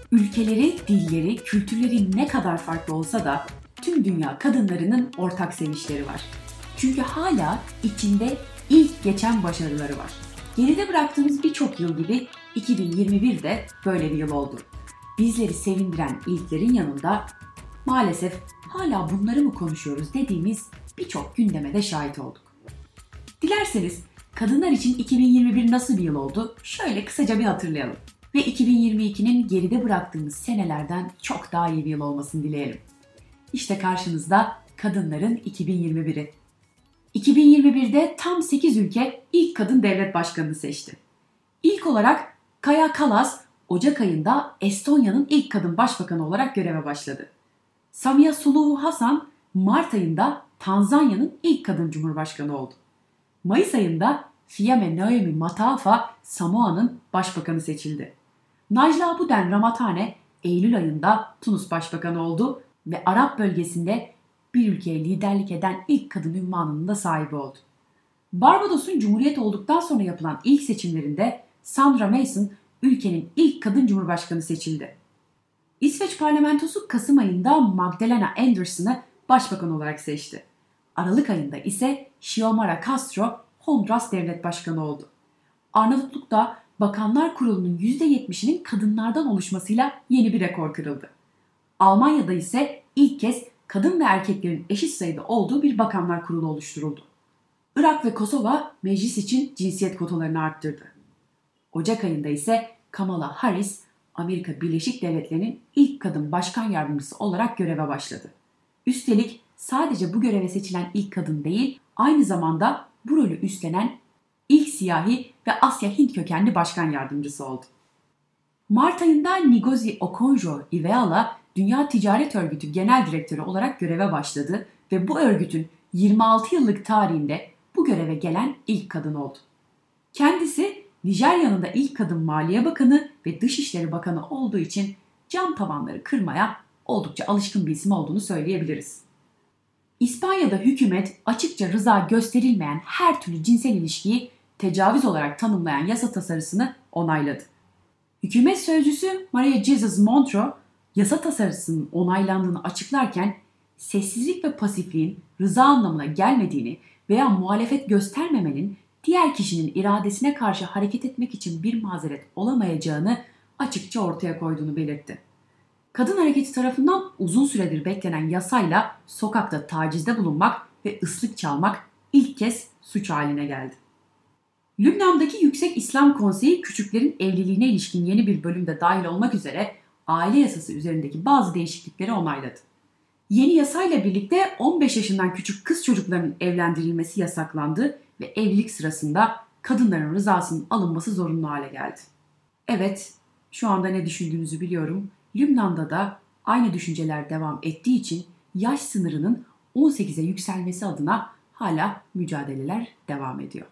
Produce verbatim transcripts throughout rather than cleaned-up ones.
Ülkeleri, dilleri, kültürleri ne kadar farklı olsa da tüm dünya kadınlarının ortak sevinçleri var. Çünkü hala içinde ilk geçen başarıları var. Geride bıraktığımız birçok yıl gibi iki bin yirmi bir de böyle bir yıl oldu. Bizleri sevindiren ilklerin yanında maalesef hala bunları mı konuşuyoruz dediğimiz birçok gündeme de şahit olduk. Dilerseniz kadınlar için iki bin yirmi bir nasıl bir yıl oldu? Şöyle kısaca bir hatırlayalım. Ve iki bin yirmi ikinin geride bıraktığımız senelerden çok daha iyi bir yıl olmasını dileyelim. İşte karşınızda kadınların iki bin yirmi biri. iki bin yirmi birde tam sekiz ülke ilk kadın devlet başkanını seçti. İlk olarak Kaja Kallas, Ocak ayında Estonya'nın ilk kadın başbakanı olarak göreve başladı. Samia Suluhu Hasan, Mart ayında Tanzanya'nın ilk kadın cumhurbaşkanı oldu. Mayıs ayında Fiame Naomi Mataafa, Samoa'nın başbakanı seçildi. Najla Abuden Ramatane, Eylül ayında Tunus başbakanı oldu ve Arap bölgesinde bir ülkeye liderlik eden ilk kadın unvanının da sahibi oldu. Barbados'un cumhuriyet olduktan sonra yapılan ilk seçimlerinde Sandra Mason ülkenin ilk kadın cumhurbaşkanı seçildi. İsveç parlamentosu Kasım ayında Magdalena Anderson'ı başbakan olarak seçti. Aralık ayında ise Xiomara Castro Honduras devlet başkanı oldu. Arnavutluk'ta Bakanlar Kurulu'nun yüzde yetmişinin kadınlardan oluşmasıyla yeni bir rekor kırıldı. Almanya'da ise ilk kez kadın ve erkeklerin eşit sayıda olduğu bir Bakanlar Kurulu oluşturuldu. Irak ve Kosova meclis için cinsiyet kotalarını arttırdı. Ocak ayında ise Kamala Harris, Amerika Birleşik Devletleri'nin ilk kadın başkan yardımcısı olarak göreve başladı. Üstelik sadece bu göreve seçilen ilk kadın değil, aynı zamanda bu rolü üstlenen ilk siyahi ve Asya-Hint kökenli başkan yardımcısı oldu. Mart ayında Ngozi Okonjo-Iweala, Dünya Ticaret Örgütü Genel Direktörü olarak göreve başladı ve bu örgütün yirmi altı yıllık tarihinde bu göreve gelen ilk kadın oldu. Kendisi Nijerya'nın da ilk kadın Maliye Bakanı ve Dışişleri Bakanı olduğu için cam tavanları kırmaya oldukça alışkın bir isim olduğunu söyleyebiliriz. İspanya'da hükümet açıkça rıza gösterilmeyen her türlü cinsel ilişkiyi tecavüz olarak tanımlayan yasa tasarısını onayladı. Hükümet sözcüsü Maria Jesus Montero, yasa tasarısının onaylandığını açıklarken sessizlik ve pasifliğin rıza anlamına gelmediğini veya muhalefet göstermemenin diğer kişinin iradesine karşı hareket etmek için bir mazeret olamayacağını açıkça ortaya koyduğunu belirtti. Kadın hareketi tarafından uzun süredir beklenen yasayla sokakta tacizde bulunmak ve ıslık çalmak ilk kez suç haline geldi. Lübnan'daki Yüksek İslam Konseyi küçüklerin evliliğine ilişkin yeni bir bölümde dahil olmak üzere aile yasası üzerindeki bazı değişiklikleri onayladı. Yeni yasayla birlikte on beş yaşından küçük kız çocuklarının evlendirilmesi yasaklandı ve evlilik sırasında kadınların rızasının alınması zorunlu hale geldi. Evet, şu anda ne düşündüğünüzü biliyorum. Lübnan'da da aynı düşünceler devam ettiği için yaş sınırının on sekize yükselmesi adına hala mücadeleler devam ediyor.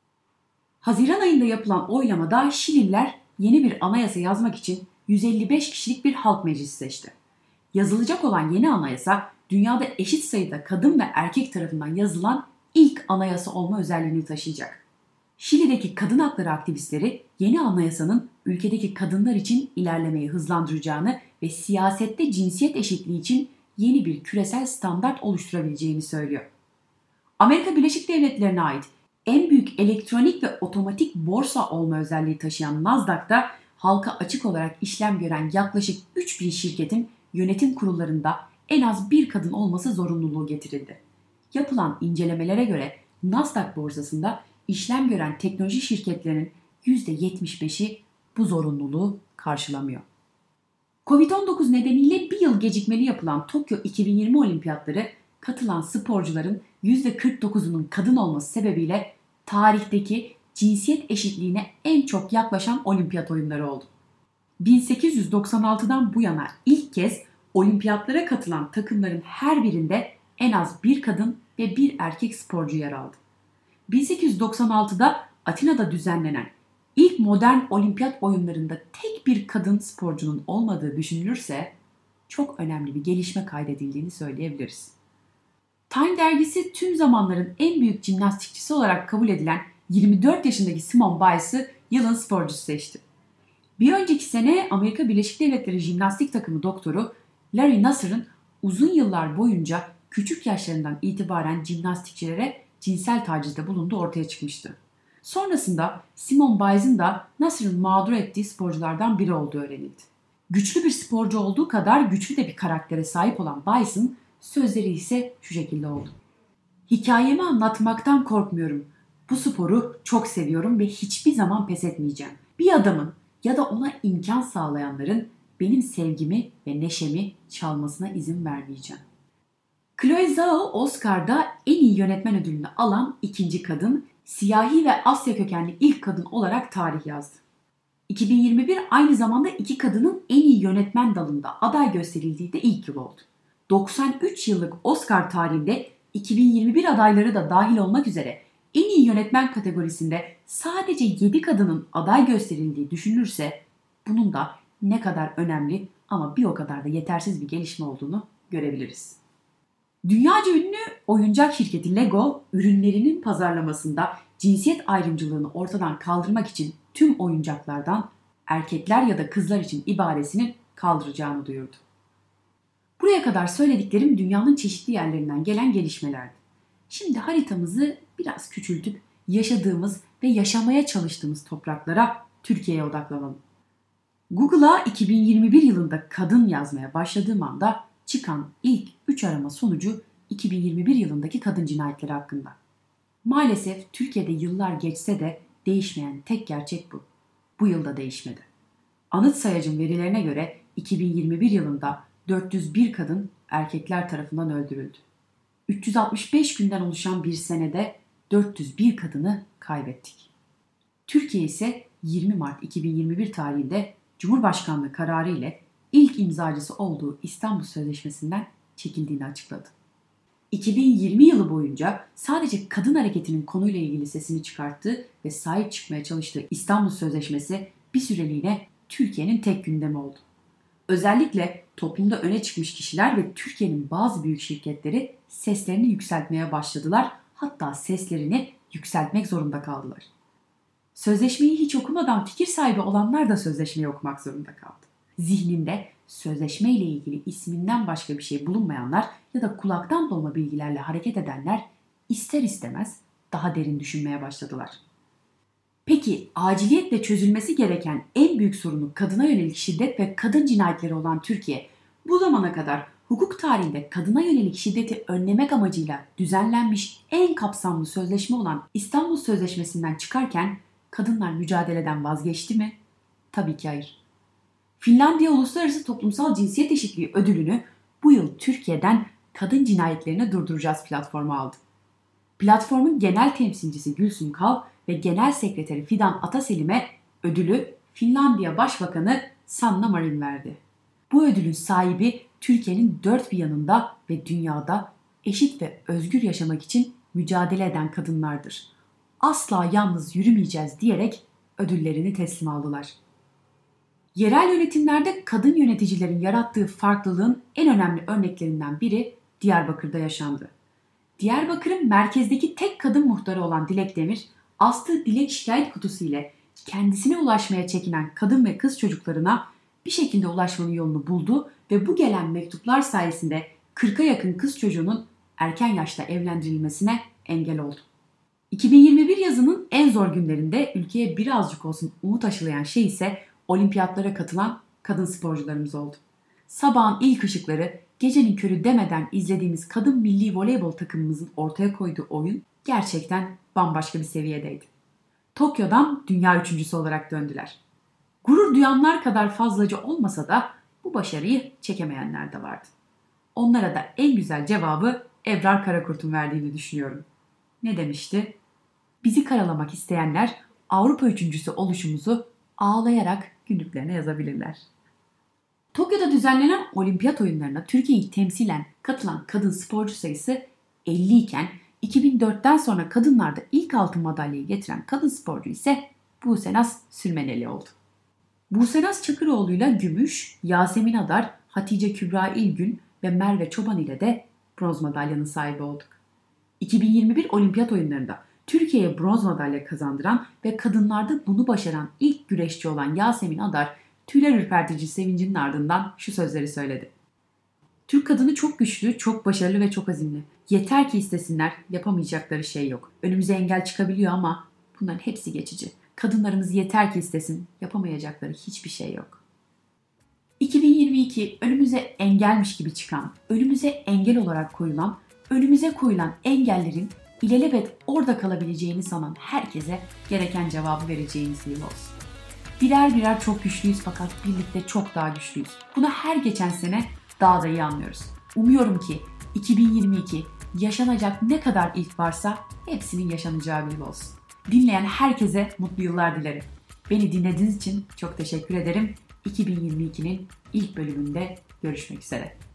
Haziran ayında yapılan oylamada Şililer yeni bir anayasa yazmak için yüz elli beş kişilik bir halk meclisi seçti. Yazılacak olan yeni anayasa dünyada eşit sayıda kadın ve erkek tarafından yazılan ilk anayasa olma özelliğini taşıyacak. Şili'deki kadın hakları aktivistleri yeni anayasanın ülkedeki kadınlar için ilerlemeyi hızlandıracağını ve siyasette cinsiyet eşitliği için yeni bir küresel standart oluşturabileceğini söylüyor. Amerika Birleşik Devletleri'ne ait en büyük elektronik ve otomatik borsa olma özelliği taşıyan Nasdaq'ta halka açık olarak işlem gören yaklaşık üç bin şirketin yönetim kurullarında en az bir kadın olması zorunluluğu getirildi. Yapılan incelemelere göre Nasdaq borsasında işlem gören teknoloji şirketlerinin yüzde yetmiş beşi bu zorunluluğu karşılamıyor. kovid on dokuz nedeniyle bir yıl gecikmeli yapılan Tokyo iki bin yirmi olimpiyatları katılan sporcuların yüzde kırk dokuzunun kadın olması sebebiyle tarihteki cinsiyet eşitliğine en çok yaklaşan olimpiyat oyunları oldu. bin sekiz yüz doksan altıdan bu yana ilk kez olimpiyatlara katılan takımların her birinde en az bir kadın ve bir erkek sporcu yer aldı. bin sekiz yüz doksan altıda Atina'da düzenlenen ilk modern olimpiyat oyunlarında tek bir kadın sporcunun olmadığı düşünülürse çok önemli bir gelişme kaydedildiğini söyleyebiliriz. Time dergisi tüm zamanların en büyük jimnastikçisi olarak kabul edilen yirmi dört yaşındaki Simone Biles'ı yılın sporcusu seçti. Bir önceki sene Amerika Birleşik Devletleri jimnastik takımı doktoru Larry Nassar'ın uzun yıllar boyunca küçük yaşlarından itibaren jimnastikçilere cinsel tacizde bulunduğu ortaya çıkmıştı. Sonrasında Simone Biles'ın da Nassar'ın mağdur ettiği sporculardan biri olduğu öğrenildi. Güçlü bir sporcu olduğu kadar güçlü de bir karaktere sahip olan Biles'ın sözleri ise şu şekilde oldu. Hikayemi anlatmaktan korkmuyorum. Bu sporu çok seviyorum ve hiçbir zaman pes etmeyeceğim. Bir adamın ya da ona imkan sağlayanların benim sevgimi ve neşemi çalmasına izin vermeyeceğim. Chloe Zhao Oscar'da en iyi yönetmen ödülünü alan ikinci kadın, siyahi ve Asya kökenli ilk kadın olarak tarih yazdı. iki bin yirmi bir aynı zamanda iki kadının en iyi yönetmen dalında aday gösterildiği de ilk yıl oldu. doksan üç yıllık Oscar tarihinde iki bin yirmi bir adayları da dahil olmak üzere en iyi yönetmen kategorisinde sadece yedi kadının aday gösterildiği düşünülürse bunun da ne kadar önemli ama bir o kadar da yetersiz bir gelişme olduğunu görebiliriz. Dünyaca ünlü oyuncak şirketi Lego, ürünlerinin pazarlamasında cinsiyet ayrımcılığını ortadan kaldırmak için tüm oyuncaklardan erkekler ya da kızlar için ibaresinin kaldıracağını duyurdu. Buraya kadar söylediklerim dünyanın çeşitli yerlerinden gelen gelişmelerdi. Şimdi haritamızı biraz küçültüp yaşadığımız ve yaşamaya çalıştığımız topraklara, Türkiye'ye odaklanalım. Google'a iki bin yirmi bir yılında kadın yazmaya başladığım anda çıkan ilk üç arama sonucu iki bin yirmi bir yılındaki kadın cinayetleri hakkında. Maalesef Türkiye'de yıllar geçse de değişmeyen tek gerçek bu. Bu yılda değişmedi. Anıt sayacın verilerine göre iki bin yirmi bir yılında dört yüz bir kadın erkekler tarafından öldürüldü. üç yüz altmış beş günden oluşan bir senede dört yüz bir kadını kaybettik. Türkiye ise yirmi Mart iki bin yirmi bir tarihinde Cumhurbaşkanlığı kararı ile ilk imzacısı olduğu İstanbul Sözleşmesi'nden çekildiğini açıkladı. iki bin yirmi yılı boyunca sadece kadın hareketinin konuyla ilgili sesini çıkarttığı ve sahip çıkmaya çalıştığı İstanbul Sözleşmesi bir süreliğine Türkiye'nin tek gündemi oldu. Özellikle toplumda öne çıkmış kişiler ve Türkiye'nin bazı büyük şirketleri seslerini yükseltmeye başladılar, hatta seslerini yükseltmek zorunda kaldılar. Sözleşmeyi hiç okumadan fikir sahibi olanlar da sözleşmeyi okumak zorunda kaldı. Zihninde sözleşme ile ilgili isminden başka bir şey bulunmayanlar ya da kulaktan dolma bilgilerle hareket edenler ister istemez daha derin düşünmeye başladılar. Peki aciliyetle çözülmesi gereken en büyük sorunu kadına yönelik şiddet ve kadın cinayetleri olan Türkiye, bu zamana kadar hukuk tarihinde kadına yönelik şiddeti önlemek amacıyla düzenlenmiş en kapsamlı sözleşme olan İstanbul Sözleşmesi'nden çıkarken kadınlar mücadeleden vazgeçti mi? Tabii ki hayır. Finlandiya Uluslararası Toplumsal Cinsiyet Eşitliği ödülünü bu yıl Türkiye'den kadın cinayetlerini durduracağız platformu aldı. Platformun genel temsilcisi Gülsüm Kav ve genel sekreteri Fidan Ataselim'e ödülü Finlandiya Başbakanı Sanna Marin verdi. Bu ödülün sahibi Türkiye'nin dört bir yanında ve dünyada eşit ve özgür yaşamak için mücadele eden kadınlardır. Asla yalnız yürümeyeceğiz diyerek ödüllerini teslim aldılar. Yerel yönetimlerde kadın yöneticilerin yarattığı farklılığın en önemli örneklerinden biri Diyarbakır'da yaşandı. Diyarbakır'ın merkezdeki tek kadın muhtarı olan Dilek Demir, astığı dilek şikayet kutusu ile kendisine ulaşmaya çekinen kadın ve kız çocuklarına bir şekilde ulaşmanın yolunu buldu ve bu gelen mektuplar sayesinde kırka yakın kız çocuğunun erken yaşta evlendirilmesine engel oldu. iki bin yirmi bir yazının en zor günlerinde ülkeye birazcık olsun umut aşılayan şey ise olimpiyatlara katılan kadın sporcularımız oldu. Sabahın ilk ışıkları, gecenin körü demeden izlediğimiz kadın milli voleybol takımımızın ortaya koyduğu oyun gerçekten bambaşka bir seviyedeydi. Tokyo'dan dünya üçüncüsü olarak döndüler. Gurur duyanlar kadar fazlaca olmasa da bu başarıyı çekemeyenler de vardı. Onlara da en güzel cevabı Ebrar Karakurt'un verdiğini düşünüyorum. Ne demişti? Bizi karalamak isteyenler Avrupa üçüncüsü oluşumuzu ağlayarak günlüklerine yazabilirler. Tokyo'da düzenlenen olimpiyat oyunlarına Türkiye'yi temsilen katılan kadın sporcu sayısı elli iken iki bin dörtten sonra kadınlarda ilk altın madalyayı getiren kadın sporcu ise Buse Naz Sürmeneli oldu. Buse Naz Çakıroğlu'yla gümüş, Yasemin Adar, Hatice Kübra İlgün ve Merve Çoban ile de bronz madalyanın sahibi olduk. iki bin yirmi bir olimpiyat oyunlarında Türkiye'ye bronz madalya kazandıran ve kadınlarda bunu başaran ilk güreşçi olan Yasemin Adar, tüyler ürpertici sevincinin ardından şu sözleri söyledi. Türk kadını çok güçlü, çok başarılı ve çok azimli. Yeter ki istesinler, yapamayacakları şey yok. Önümüze engel çıkabiliyor ama bunların hepsi geçici. Kadınlarımız yeter ki istesin, yapamayacakları hiçbir şey yok. iki bin yirmi iki önümüze engelmiş gibi çıkan, önümüze engel olarak koyulan, önümüze koyulan engellerin ilelebet orada kalabileceğini sanan herkese gereken cevabı vereceğimiz yıl olsun. Birer birer çok güçlüyüz fakat birlikte çok daha güçlüyüz. Bunu her geçen sene daha da iyi anlıyoruz. Umuyorum ki iki bin yirmi iki yaşanacak ne kadar ilk varsa hepsinin yaşanacağı bir yıl olsun. Dinleyen herkese mutlu yıllar dilerim. Beni dinlediğiniz için çok teşekkür ederim. iki bin yirmi ikinin ilk bölümünde görüşmek üzere.